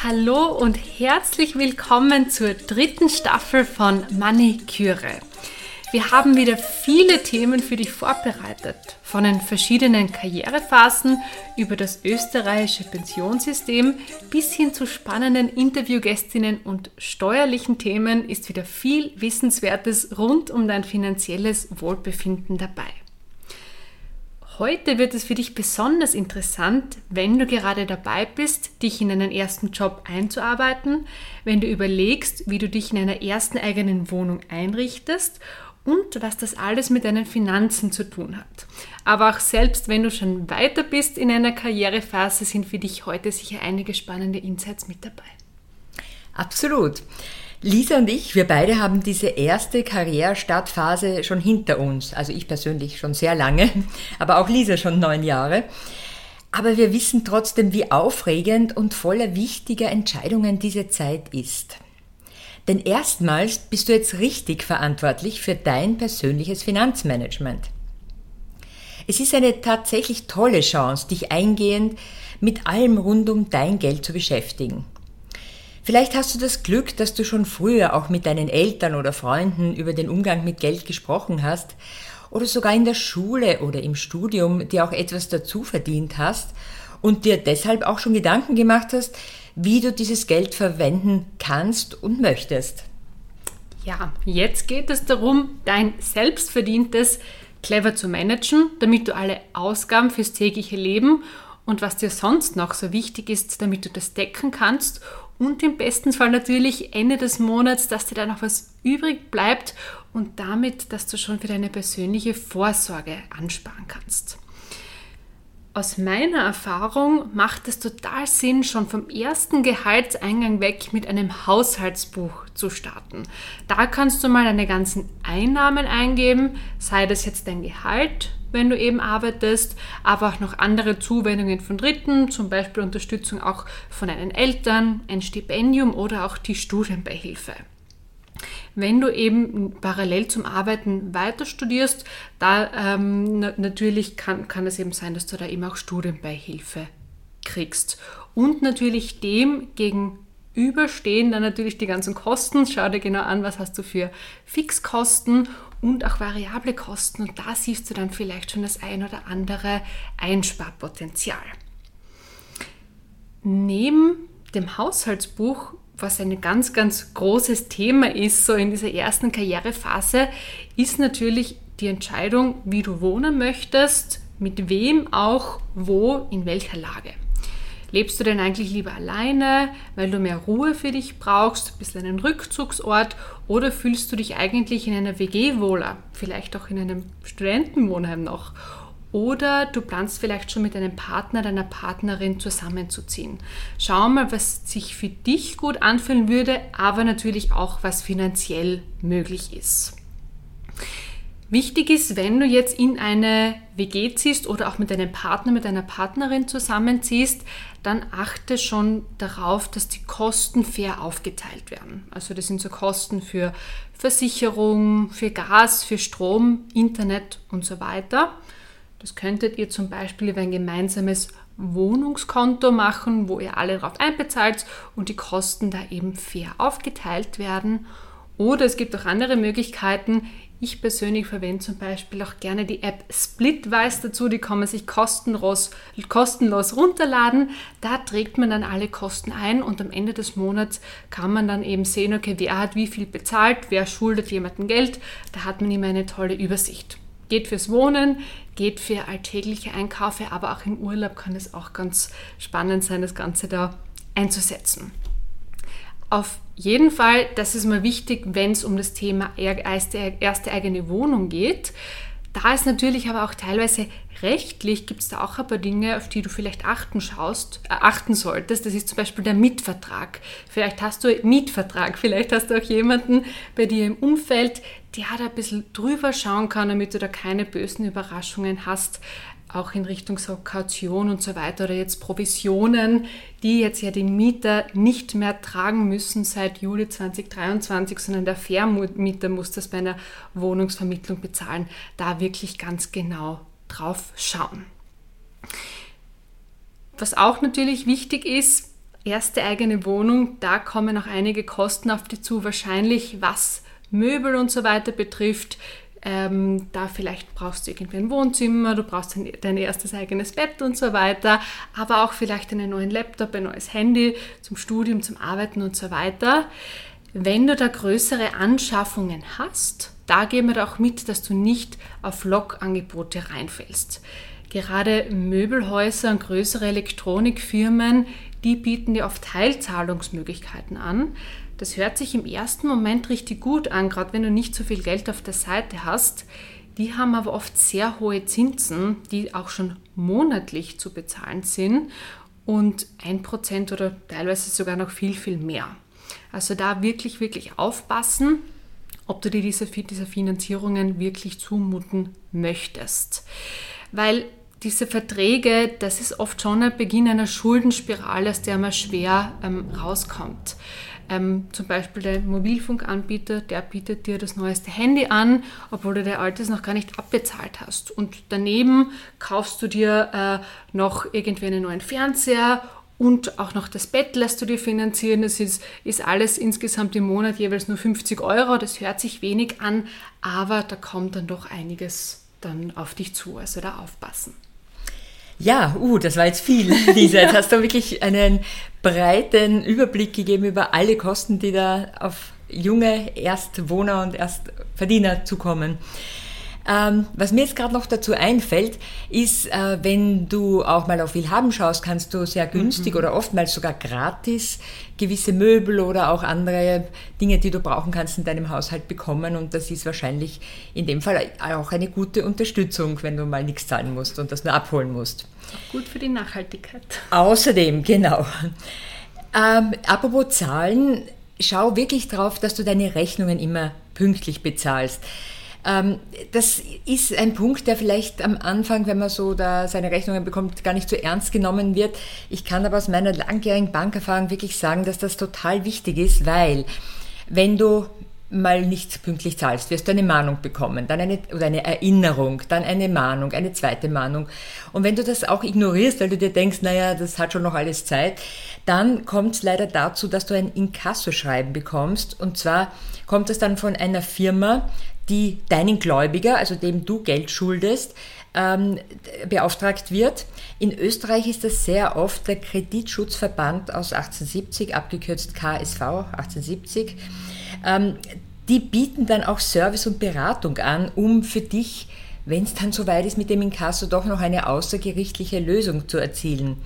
Hallo und herzlich willkommen zur dritten Staffel von Maniküre. Wir haben wieder viele Themen für dich vorbereitet, von den verschiedenen Karrierephasen über das österreichische Pensionssystem bis hin zu spannenden Interviewgästinnen und steuerlichen Themen ist wieder viel Wissenswertes rund um dein finanzielles Wohlbefinden dabei. Heute wird es für dich besonders interessant, wenn du gerade dabei bist, dich in einen ersten Job einzuarbeiten, wenn du überlegst, wie du dich in einer ersten eigenen Wohnung einrichtest und was das alles mit deinen Finanzen zu tun hat. Aber auch selbst wenn du schon weiter bist in einer Karrierephase, sind für dich heute sicher einige spannende Insights mit dabei. Absolut. Lisa und ich, wir beide haben diese erste Karrierestartphase schon hinter uns. Also ich persönlich schon sehr lange, aber auch Lisa schon 9 Jahre. Aber wir wissen trotzdem, wie aufregend und voller wichtiger Entscheidungen diese Zeit ist. Denn erstmals bist du jetzt richtig verantwortlich für dein persönliches Finanzmanagement. Es ist eine tatsächlich tolle Chance, dich eingehend mit allem rund um dein Geld zu beschäftigen. Vielleicht hast du das Glück, dass du schon früher auch mit deinen Eltern oder Freunden über den Umgang mit Geld gesprochen hast oder sogar in der Schule oder im Studium dir auch etwas dazu verdient hast und dir deshalb auch schon Gedanken gemacht hast, wie du dieses Geld verwenden kannst und möchtest. Ja, jetzt geht es darum, dein Selbstverdientes clever zu managen, damit du alle Ausgaben fürs tägliche Leben und was dir sonst noch so wichtig ist, damit du das decken kannst und im besten Fall natürlich Ende des Monats, dass dir da noch was übrig bleibt und damit, dass du schon für deine persönliche Vorsorge ansparen kannst. Aus meiner Erfahrung macht es total Sinn, schon vom ersten Gehaltseingang weg mit einem Haushaltsbuch zu starten. Da kannst du mal deine ganzen Einnahmen eingeben, sei das jetzt dein Gehalt, wenn du eben arbeitest, aber auch noch andere Zuwendungen von Dritten, zum Beispiel Unterstützung auch von deinen Eltern, ein Stipendium oder auch die Studienbeihilfe. Wenn du eben parallel zum Arbeiten weiter studierst, da natürlich kann es eben sein, dass du da eben auch Studienbeihilfe kriegst. Und natürlich dem gegenüberstehen dann natürlich die ganzen Kosten. Schau dir genau an, was hast du für Fixkosten und auch variable Kosten. Und da siehst du dann vielleicht schon das ein oder andere Einsparpotenzial. Neben dem Haushaltsbuch, was ein ganz, ganz großes Thema ist, so in dieser ersten Karrierephase, ist natürlich die Entscheidung, wie du wohnen möchtest, mit wem auch, wo, in welcher Lage. Lebst du denn eigentlich lieber alleine, weil du mehr Ruhe für dich brauchst, ein bisschen einen Rückzugsort, oder fühlst du dich eigentlich in einer WG wohler, vielleicht auch in einem Studentenwohnheim noch? Oder du planst vielleicht schon mit deinem Partner, deiner Partnerin zusammenzuziehen. Schau mal, was sich für dich gut anfühlen würde, aber natürlich auch, was finanziell möglich ist. Wichtig ist, wenn du jetzt in eine WG ziehst oder auch mit deinem Partner, mit deiner Partnerin zusammenziehst, dann achte schon darauf, dass die Kosten fair aufgeteilt werden. Also das sind so Kosten für Versicherung, für Gas, für Strom, Internet und so weiter. Das könntet ihr zum Beispiel über ein gemeinsames Wohnungskonto machen, wo ihr alle darauf einbezahlt und die Kosten da eben fair aufgeteilt werden. Oder es gibt auch andere Möglichkeiten. Ich persönlich verwende zum Beispiel auch gerne die App Splitwise dazu. Die kann man sich kostenlos runterladen. Da trägt man dann alle Kosten ein und am Ende des Monats kann man dann eben sehen, okay, wer hat wie viel bezahlt, wer schuldet jemandem Geld. Da hat man immer eine tolle Übersicht. Geht fürs Wohnen, geht für alltägliche Einkäufe, aber auch im Urlaub kann es auch ganz spannend sein, das Ganze da einzusetzen. Auf jeden Fall, das ist mal wichtig, wenn es um das Thema erste eigene Wohnung geht. Da ist natürlich aber auch teilweise rechtlich, gibt es da auch ein paar Dinge, auf die du vielleicht achten solltest. Das ist zum Beispiel der Mietvertrag. Vielleicht hast du auch jemanden bei dir im Umfeld, der da ein bisschen drüber schauen kann, damit du da keine bösen Überraschungen hast, auch in Richtung so Kaution und so weiter oder jetzt Provisionen, die jetzt ja die Mieter nicht mehr tragen müssen seit Juli 2023, sondern der Vermieter muss das bei einer Wohnungsvermittlung bezahlen. Da wirklich ganz genau drauf schauen. Was auch natürlich wichtig ist, erste eigene Wohnung, da kommen auch einige Kosten auf dich zu, wahrscheinlich was Möbel und so weiter betrifft. Da vielleicht brauchst du irgendwie ein Wohnzimmer, du brauchst dein erstes eigenes Bett und so weiter, aber auch vielleicht einen neuen Laptop, ein neues Handy zum Studium, zum Arbeiten und so weiter. Wenn du da größere Anschaffungen hast, da geben wir auch mit, dass du nicht auf Lockangebote reinfällst. Gerade Möbelhäuser und größere Elektronikfirmen, die bieten dir oft Teilzahlungsmöglichkeiten an. Das hört sich im ersten Moment richtig gut an, gerade wenn du nicht so viel Geld auf der Seite hast. Die haben aber oft sehr hohe Zinsen, die auch schon monatlich zu bezahlen sind und 1% oder teilweise sogar noch viel, viel mehr. Also da wirklich, wirklich aufpassen, ob du dir diese Finanzierungen wirklich zumuten möchtest. Weil diese Verträge, das ist oft schon ein Beginn einer Schuldenspirale, aus der man schwer rauskommt. Zum Beispiel der Mobilfunkanbieter, der bietet dir das neueste Handy an, obwohl du dein altes noch gar nicht abbezahlt hast. Und daneben kaufst du dir noch irgendwie einen neuen Fernseher und auch noch das Bett lässt du dir finanzieren. Das ist alles insgesamt im Monat jeweils nur 50 Euro. Das hört sich wenig an, aber da kommt dann doch einiges dann auf dich zu. Also da aufpassen. Ja, das war jetzt viel, Lisa. Jetzt hast du wirklich einen breiten Überblick gegeben über alle Kosten, die da auf junge Erstwohner und Erstverdiener zukommen. Was mir jetzt gerade noch dazu einfällt, ist, wenn du auch mal auf Willhaben schaust, kannst du sehr günstig oder oftmals sogar gratis gewisse Möbel oder auch andere Dinge, die du brauchen kannst, in deinem Haushalt bekommen. Und das ist wahrscheinlich in dem Fall auch eine gute Unterstützung, wenn du mal nichts zahlen musst und das nur abholen musst. Gut für die Nachhaltigkeit. Außerdem, genau. Apropos Zahlen, schau wirklich drauf, dass du deine Rechnungen immer pünktlich bezahlst. Das ist ein Punkt, der vielleicht am Anfang, wenn man so da seine Rechnungen bekommt, gar nicht so ernst genommen wird. Ich kann aber aus meiner langjährigen Bankerfahrung wirklich sagen, dass das total wichtig ist, weil wenn du mal nicht pünktlich zahlst, wirst du eine Mahnung bekommen, dann eine Erinnerung, dann eine Mahnung, eine zweite Mahnung. Und wenn du das auch ignorierst, weil du dir denkst, naja, das hat schon noch alles Zeit, dann kommt es leider dazu, dass du ein Inkassoschreiben bekommst. Und zwar kommt es dann von einer Firma, die deinen Gläubiger, also dem du Geld schuldest, beauftragt wird. In Österreich ist das sehr oft der Kreditschutzverband aus 1870, abgekürzt KSV 1870. Die bieten dann auch Service und Beratung an, um für dich, wenn es dann soweit ist, mit dem Inkasso doch noch eine außergerichtliche Lösung zu erzielen.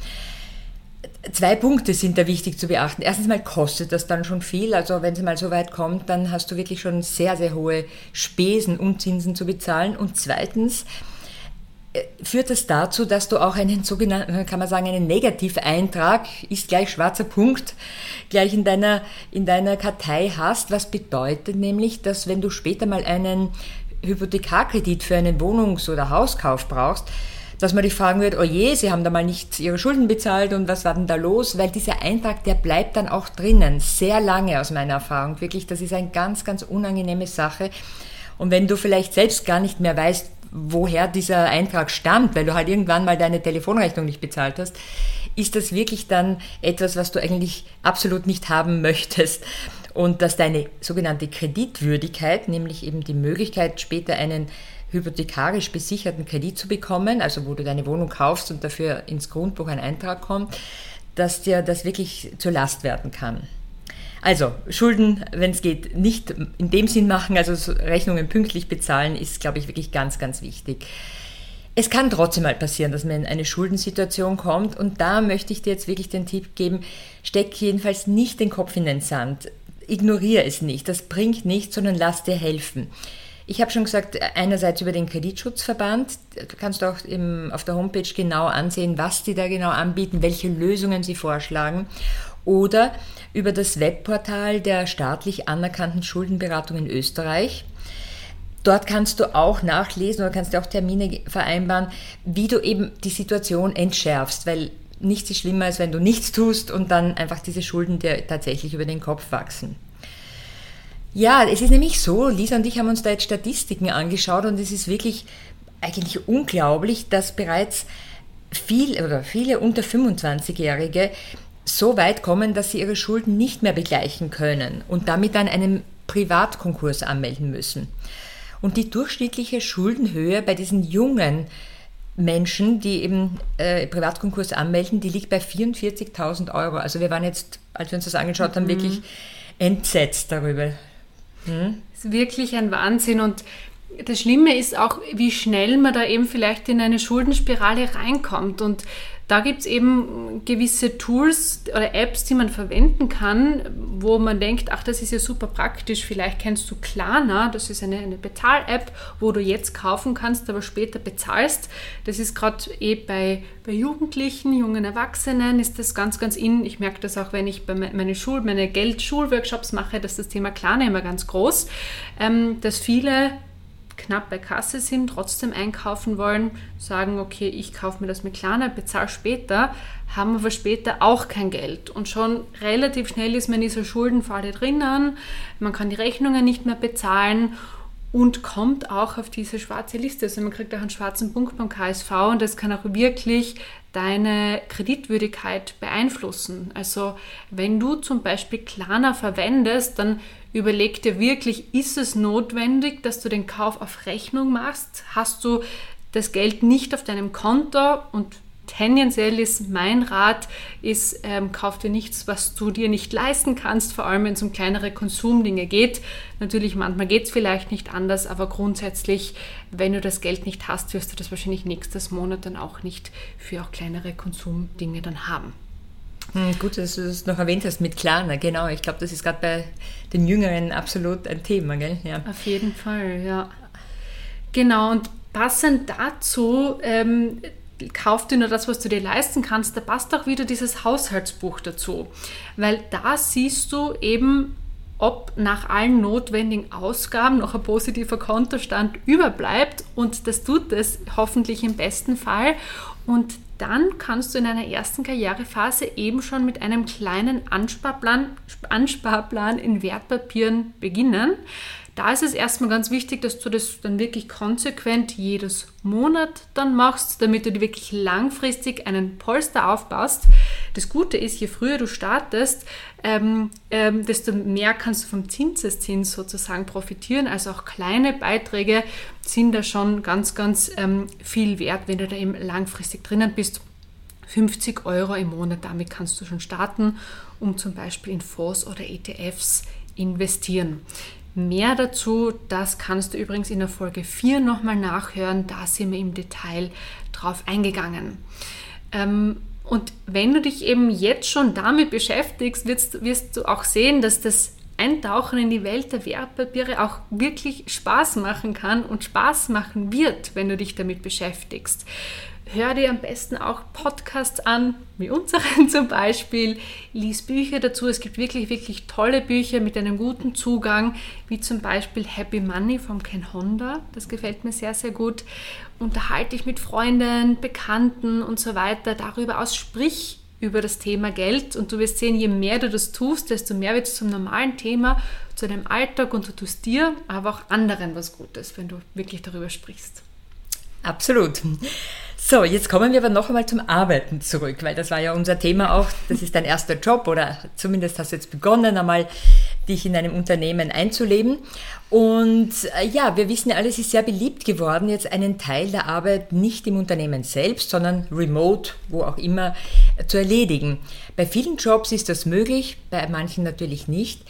2 Punkte sind da wichtig zu beachten. Erstens mal kostet das dann schon viel. Also wenn es mal so weit kommt, dann hast du wirklich schon sehr, sehr hohe Spesen und Zinsen zu bezahlen. Und zweitens führt das dazu, dass du auch einen sogenannten, kann man sagen, einen Negativeintrag, ist gleich schwarzer Punkt, gleich in deiner Kartei hast. Was bedeutet nämlich, dass wenn du später mal einen Hypothekarkredit für einen Wohnungs- oder Hauskauf brauchst, dass man dich fragen wird, oh je, Sie haben da mal nicht Ihre Schulden bezahlt und was war denn da los? Weil dieser Eintrag, der bleibt dann auch drinnen, sehr lange aus meiner Erfahrung. Wirklich, das ist eine ganz, ganz unangenehme Sache. Und wenn du vielleicht selbst gar nicht mehr weißt, woher dieser Eintrag stammt, weil du halt irgendwann mal deine Telefonrechnung nicht bezahlt hast, ist das wirklich dann etwas, was du eigentlich absolut nicht haben möchtest. Und dass deine sogenannte Kreditwürdigkeit, nämlich eben die Möglichkeit, später einen hypothekarisch besicherten Kredit zu bekommen, also wo du deine Wohnung kaufst und dafür ins Grundbuch ein Eintrag kommt, dass dir das wirklich zur Last werden kann. Also Schulden, wenn es geht, nicht in dem Sinn machen, also Rechnungen pünktlich bezahlen, ist, glaube ich, wirklich ganz, ganz wichtig. Es kann trotzdem mal passieren, dass man in eine Schuldensituation kommt und da möchte ich dir jetzt wirklich den Tipp geben, steck jedenfalls nicht den Kopf in den Sand, ignoriere es nicht, das bringt nichts, sondern lass dir helfen. Ich habe schon gesagt, einerseits über den Kreditschutzverband, du kannst auch auf der Homepage genau ansehen, was die da genau anbieten, welche Lösungen sie vorschlagen, oder über das Webportal der staatlich anerkannten Schuldenberatung in Österreich. Dort kannst du auch nachlesen oder kannst du auch Termine vereinbaren, wie du eben die Situation entschärfst, weil nichts ist schlimmer, als wenn du nichts tust und dann einfach diese Schulden dir tatsächlich über den Kopf wachsen. Ja, es ist nämlich so, Lisa und ich haben uns da jetzt Statistiken angeschaut und es ist wirklich eigentlich unglaublich, dass bereits viele unter 25-Jährige so weit kommen, dass sie ihre Schulden nicht mehr begleichen können und damit dann einen Privatkonkurs anmelden müssen. Und die durchschnittliche Schuldenhöhe bei diesen jungen Menschen, die eben Privatkonkurs anmelden, die liegt bei 44.000 €. Also wir waren jetzt, als wir uns das angeschaut haben, wirklich entsetzt darüber. Das ist wirklich ein Wahnsinn. Und das Schlimme ist auch, wie schnell man da eben vielleicht in eine Schuldenspirale reinkommt. Und da gibt es eben gewisse Tools oder Apps, die man verwenden kann, wo man denkt, ach, das ist ja super praktisch. Vielleicht kennst du Klarna, das ist eine Bezahl-App, wo du jetzt kaufen kannst, aber später bezahlst. Das ist gerade bei Jugendlichen, jungen Erwachsenen ist das ganz, ganz in. Ich merke das auch, wenn ich bei meine Geld-Schulworkshops mache, dass das Thema Klarna immer ganz groß, dass viele knapp bei Kasse sind, trotzdem einkaufen wollen, sagen, okay, ich kaufe mir das mit Klarna, bezahle später, haben aber später auch kein Geld. Und schon relativ schnell ist man in dieser Schuldenfalle drinnen, man kann die Rechnungen nicht mehr bezahlen und kommt auch auf diese schwarze Liste. Also man kriegt auch einen schwarzen Punkt beim KSV und das kann auch wirklich deine Kreditwürdigkeit beeinflussen. Also wenn du zum Beispiel Klarna verwendest, dann überleg dir wirklich, ist es notwendig, dass du den Kauf auf Rechnung machst? Hast du das Geld nicht auf deinem Konto? Und tendenziell ist mein Rat, kauf dir nichts, was du dir nicht leisten kannst, vor allem wenn es um kleinere Konsumdinge geht. Natürlich, manchmal geht es vielleicht nicht anders, aber grundsätzlich, wenn du das Geld nicht hast, wirst du das wahrscheinlich nächstes Monat dann auch nicht für auch kleinere Konsumdinge dann haben. Gut, dass du das noch erwähnt hast mit Klarna, genau. Ich glaube, das ist gerade bei den Jüngeren absolut ein Thema, gell? Ja. Auf jeden Fall, ja. Genau, und passend dazu, kauf dir nur das, was du dir leisten kannst, da passt auch wieder dieses Haushaltsbuch dazu. Weil da siehst du eben, ob nach allen notwendigen Ausgaben noch ein positiver Kontostand überbleibt und das tut es hoffentlich im besten Fall. Und dann kannst du in einer ersten Karrierephase eben schon mit einem kleinen Ansparplan in Wertpapieren beginnen. Da ist es erstmal ganz wichtig, dass du das dann wirklich konsequent jedes Monat dann machst, damit du dir wirklich langfristig einen Polster aufbaust. Das Gute ist, je früher du startest, desto mehr kannst du vom Zinseszins sozusagen profitieren. Also auch kleine Beiträge sind da schon ganz, ganz viel wert, wenn du da eben langfristig drinnen bist. 50 € im Monat, damit kannst du schon starten, um zum Beispiel in Fonds oder ETFs investieren. Mehr dazu, das kannst du übrigens in der Folge 4 nochmal nachhören, da sind wir im Detail drauf eingegangen. Und wenn du dich eben jetzt schon damit beschäftigst, wirst du auch sehen, dass das Eintauchen in die Welt der Wertpapiere auch wirklich Spaß machen kann und Spaß machen wird, wenn du dich damit beschäftigst. Hör dir am besten auch Podcasts an, wie unseren zum Beispiel. Lies Bücher dazu. Es gibt wirklich, wirklich tolle Bücher mit einem guten Zugang, wie zum Beispiel Happy Money von Ken Honda. Das gefällt mir sehr, sehr gut. Unterhalte dich mit Freunden, Bekannten und so weiter darüber aus. Sprich über das Thema Geld und du wirst sehen, je mehr du das tust, desto mehr wird es zum normalen Thema, zu deinem Alltag und du tust dir, aber auch anderen was Gutes, wenn du wirklich darüber sprichst. Absolut. So, jetzt kommen wir aber noch einmal zum Arbeiten zurück, weil das war ja unser Thema auch, das ist dein erster Job oder zumindest hast du jetzt begonnen, einmal dich in einem Unternehmen einzuleben. Und ja, wir wissen ja alle, es ist sehr beliebt geworden, jetzt einen Teil der Arbeit nicht im Unternehmen selbst, sondern remote, wo auch immer, zu erledigen. Bei vielen Jobs ist das möglich, bei manchen natürlich nicht.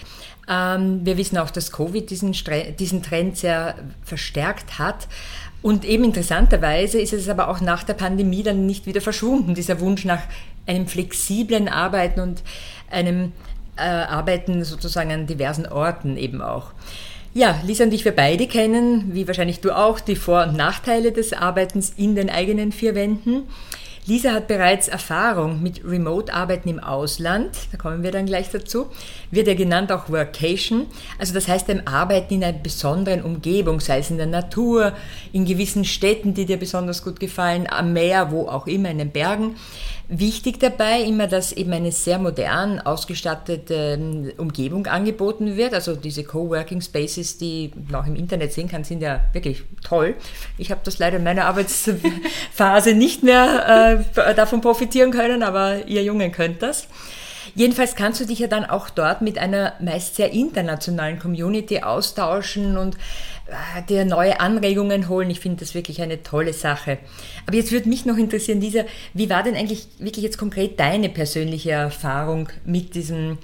Wir wissen auch, dass Covid diesen Trend sehr verstärkt hat. Und eben interessanterweise ist es aber auch nach der Pandemie dann nicht wieder verschwunden, dieser Wunsch nach einem flexiblen Arbeiten und einem Arbeiten sozusagen an diversen Orten eben auch. Ja, Lisa und ich, wir beide kennen, wie wahrscheinlich du auch, die Vor- und Nachteile des Arbeitens in den eigenen vier Wänden. Lisa hat bereits Erfahrung mit Remote-Arbeiten im Ausland, da kommen wir dann gleich dazu, wird ja genannt auch Workation, also das heißt dem Arbeiten in einer besonderen Umgebung, sei es in der Natur, in gewissen Städten, die dir besonders gut gefallen, am Meer, wo auch immer, in den Bergen. Wichtig dabei immer, dass eben eine sehr modern ausgestattete Umgebung angeboten wird. Also diese Coworking Spaces, die man auch im Internet sehen kann, sind ja wirklich toll. Ich habe das leider in meiner Arbeitsphase nicht mehr davon profitieren können, aber ihr Jungen könnt das. Jedenfalls kannst du dich ja dann auch dort mit einer meist sehr internationalen Community austauschen und dir neue Anregungen holen. Ich finde das wirklich eine tolle Sache. Aber jetzt würde mich noch interessieren, Lisa, wie war denn eigentlich wirklich jetzt konkret deine persönliche Erfahrung mit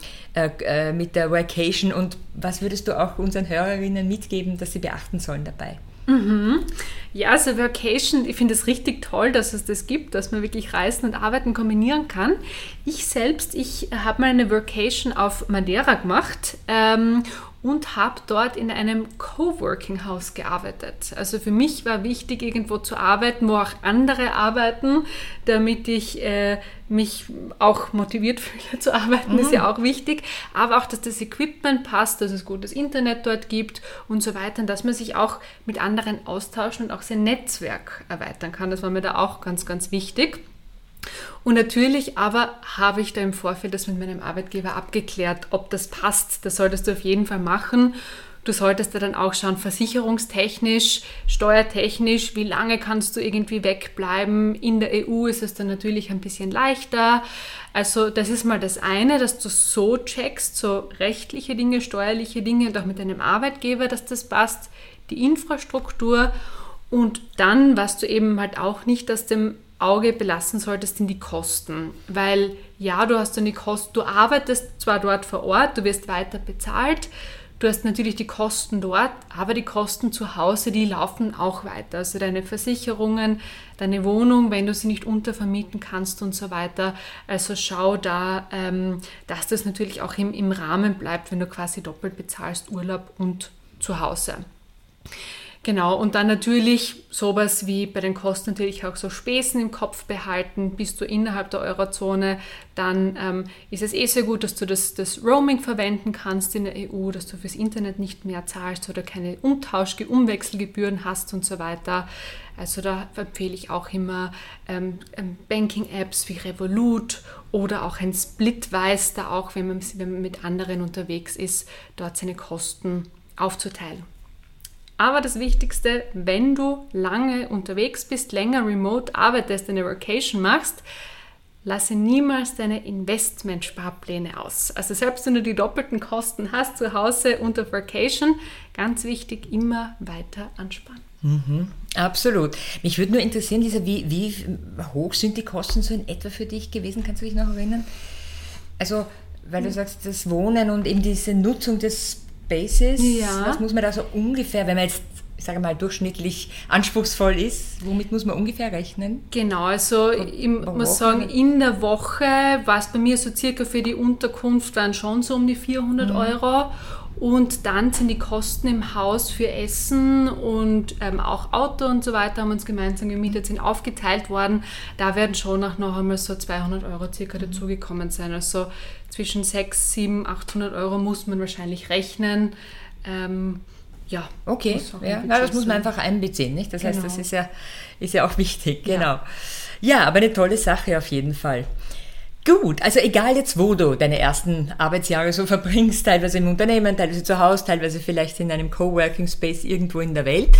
mit der Workation und was würdest du auch unseren Hörerinnen mitgeben, dass sie beachten sollen dabei? Ja, also Workation, ich finde es richtig toll, dass es das gibt, dass man wirklich Reisen und Arbeiten kombinieren kann. Ich habe mal eine Workation auf Madeira gemacht und habe dort in einem Coworking-Haus gearbeitet. Also für mich war wichtig, irgendwo zu arbeiten, wo auch andere arbeiten, damit ich mich auch motiviert fühle zu arbeiten, ist ja auch wichtig. Aber auch, dass das Equipment passt, dass es gutes Internet dort gibt und so weiter, und dass man sich auch mit anderen austauschen und auch sein Netzwerk erweitern kann. Das war mir da auch ganz, ganz wichtig. Und natürlich aber habe ich da im Vorfeld das mit meinem Arbeitgeber abgeklärt, ob das passt. Das solltest du auf jeden Fall machen. Du solltest da dann auch schauen, versicherungstechnisch, steuertechnisch, wie lange kannst du irgendwie wegbleiben. In der EU ist es dann natürlich ein bisschen leichter. Also das ist mal das eine, dass du so checkst, so rechtliche Dinge, steuerliche Dinge und auch mit deinem Arbeitgeber, dass das passt, die Infrastruktur. Und dann, was du eben halt auch nicht aus dem Auge belassen solltest, sind die Kosten. Weil ja, du hast dann die Kosten, du arbeitest zwar dort vor Ort, du wirst weiter bezahlt, du hast natürlich die Kosten dort, aber die Kosten zu Hause, die laufen auch weiter. Also deine Versicherungen, deine Wohnung, wenn du sie nicht untervermieten kannst und so weiter. Also schau da, dass das natürlich auch im Rahmen bleibt, wenn du quasi doppelt bezahlst, Urlaub und zu Hause. Genau, und dann natürlich sowas wie bei den Kosten natürlich auch so Späßen im Kopf behalten. Bist du innerhalb der Eurozone, dann ist es sehr gut, dass du das Roaming verwenden kannst in der EU, dass du fürs Internet nicht mehr zahlst oder keine Umwechselgebühren hast und so weiter. Also da empfehle ich auch immer Banking-Apps wie Revolut oder auch ein Splitwise, da auch, wenn man mit anderen unterwegs ist, dort seine Kosten aufzuteilen. Aber das Wichtigste, wenn du lange unterwegs bist, länger remote arbeitest, eine Workation machst, lasse niemals deine Investmentsparpläne aus. Also selbst wenn du die doppelten Kosten hast zu Hause und auf Workation, ganz wichtig, immer weiter ansparen. Absolut. Mich würde nur interessieren, Lisa, wie hoch sind die Kosten so in etwa für dich gewesen? Kannst du dich noch erinnern? Also, weil du sagst, das Wohnen und eben diese Nutzung des Basis, was muss man da so ungefähr, wenn man jetzt, ich sage mal, durchschnittlich anspruchsvoll ist, womit muss man ungefähr rechnen? Genau, also ich muss sagen, in der Woche war es bei mir so circa für die Unterkunft waren schon so um die 400 Euro und dann sind die Kosten im Haus für Essen und auch Auto und so weiter haben uns gemeinsam gemietet, sind aufgeteilt worden. Da werden schon auch noch einmal so 200 Euro circa dazugekommen sein, also zwischen 600, 700, 800 Euro muss man wahrscheinlich rechnen. Okay, das muss man einfach einbeziehen, nicht? Das heißt, das ist ja auch wichtig, genau. Ja, aber eine tolle Sache auf jeden Fall. Gut, also egal jetzt, wo du deine ersten Arbeitsjahre so verbringst, teilweise im Unternehmen, teilweise zu Hause, teilweise vielleicht in einem Coworking Space irgendwo in der Welt,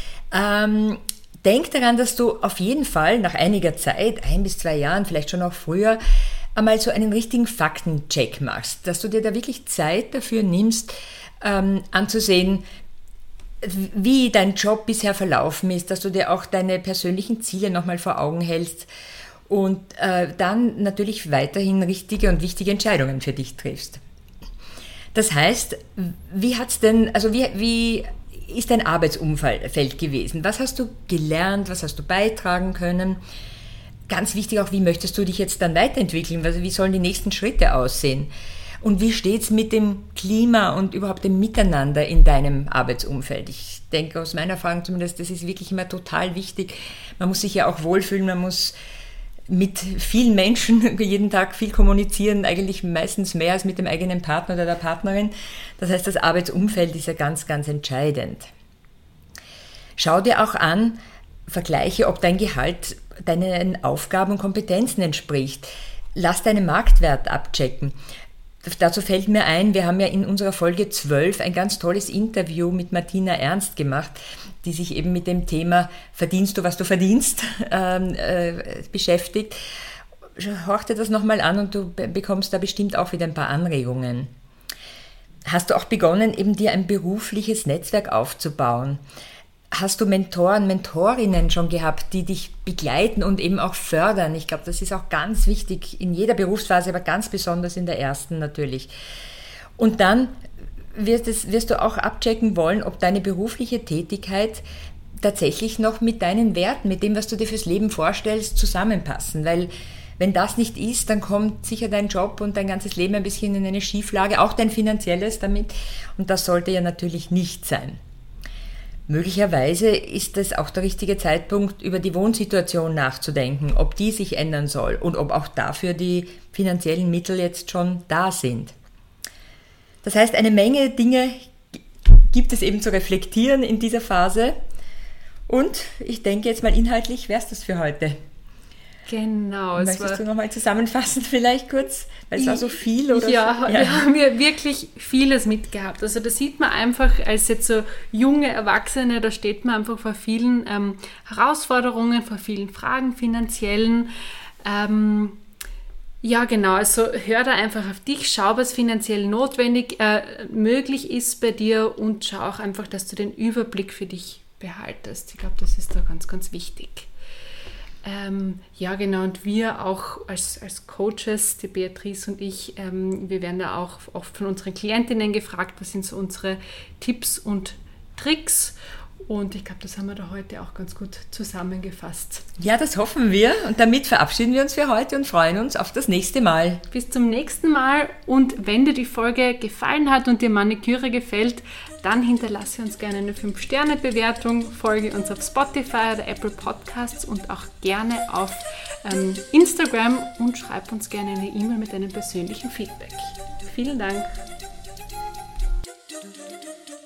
denk daran, dass du auf jeden Fall nach einiger Zeit, 1 bis 2 Jahren, vielleicht schon auch früher, einmal so einen richtigen Faktencheck machst, dass du dir da wirklich Zeit dafür nimmst, anzusehen, wie dein Job bisher verlaufen ist, dass du dir auch deine persönlichen Ziele nochmal vor Augen hältst und dann natürlich weiterhin richtige und wichtige Entscheidungen für dich triffst. Das heißt, wie ist dein Arbeitsumfeld gewesen? Was hast du gelernt? Was hast du beitragen können? Ganz wichtig auch, wie möchtest du dich jetzt dann weiterentwickeln? Also wie sollen die nächsten Schritte aussehen? Und wie steht es mit dem Klima und überhaupt dem Miteinander in deinem Arbeitsumfeld? Ich denke aus meiner Erfahrung zumindest, das ist wirklich immer total wichtig. Man muss sich ja auch wohlfühlen, man muss mit vielen Menschen jeden Tag viel kommunizieren, eigentlich meistens mehr als mit dem eigenen Partner oder der Partnerin. Das heißt, das Arbeitsumfeld ist ja ganz, ganz entscheidend. Schau dir auch an, vergleiche, ob dein Gehalt deinen Aufgaben und Kompetenzen entspricht. Lass deinen Marktwert abchecken. Dazu fällt mir ein, wir haben ja in unserer Folge 12 ein ganz tolles Interview mit Martina Ernst gemacht, die sich eben mit dem Thema "Verdienst du, was du verdienst" beschäftigt. horch dir das nochmal an und du bekommst da bestimmt auch wieder ein paar Anregungen. Hast du auch begonnen, eben dir ein berufliches Netzwerk aufzubauen? Hast du Mentoren, Mentorinnen schon gehabt, die dich begleiten und eben auch fördern? Ich glaube, das ist auch ganz wichtig in jeder Berufsphase, aber ganz besonders in der ersten natürlich. Und dann wirst du auch abchecken wollen, ob deine berufliche Tätigkeit tatsächlich noch mit deinen Werten, mit dem, was du dir fürs Leben vorstellst, zusammenpassen. Weil wenn das nicht ist, dann kommt sicher dein Job und dein ganzes Leben ein bisschen in eine Schieflage, auch dein finanzielles damit. Und das sollte ja natürlich nicht sein. Möglicherweise ist es auch der richtige Zeitpunkt, über die Wohnsituation nachzudenken, ob die sich ändern soll und ob auch dafür die finanziellen Mittel jetzt schon da sind. Das heißt, eine Menge Dinge gibt es eben zu reflektieren in dieser Phase. Und ich denke jetzt mal inhaltlich, wäre es das für heute. Genau. Möchtest du nochmal zusammenfassen vielleicht kurz? Weil es war so viel, oder? Ja, wir haben ja wirklich vieles mitgehabt. Also da sieht man einfach, als jetzt so junge Erwachsene, da steht man einfach vor vielen Herausforderungen, vor vielen Fragen, finanziellen. Ja, genau. Also hör da einfach auf dich, schau, was finanziell notwendig möglich ist bei dir und schau auch einfach, dass du den Überblick für dich behaltest. Ich glaube, das ist da ganz, ganz wichtig. Ja, genau, und wir auch als Coaches, die Beatrice und ich, wir werden da auch oft von unseren Klientinnen gefragt, was sind so unsere Tipps und Tricks, und ich glaube, das haben wir da heute auch ganz gut zusammengefasst. Ja, das hoffen wir, und damit verabschieden wir uns für heute und freuen uns auf das nächste Mal. Bis zum nächsten Mal, und wenn dir die Folge gefallen hat und dir Maniküre gefällt, dann hinterlasse uns gerne eine 5-Sterne-Bewertung, folge uns auf Spotify oder Apple Podcasts und auch gerne auf Instagram und schreib uns gerne eine E-Mail mit deinem persönlichen Feedback. Vielen Dank.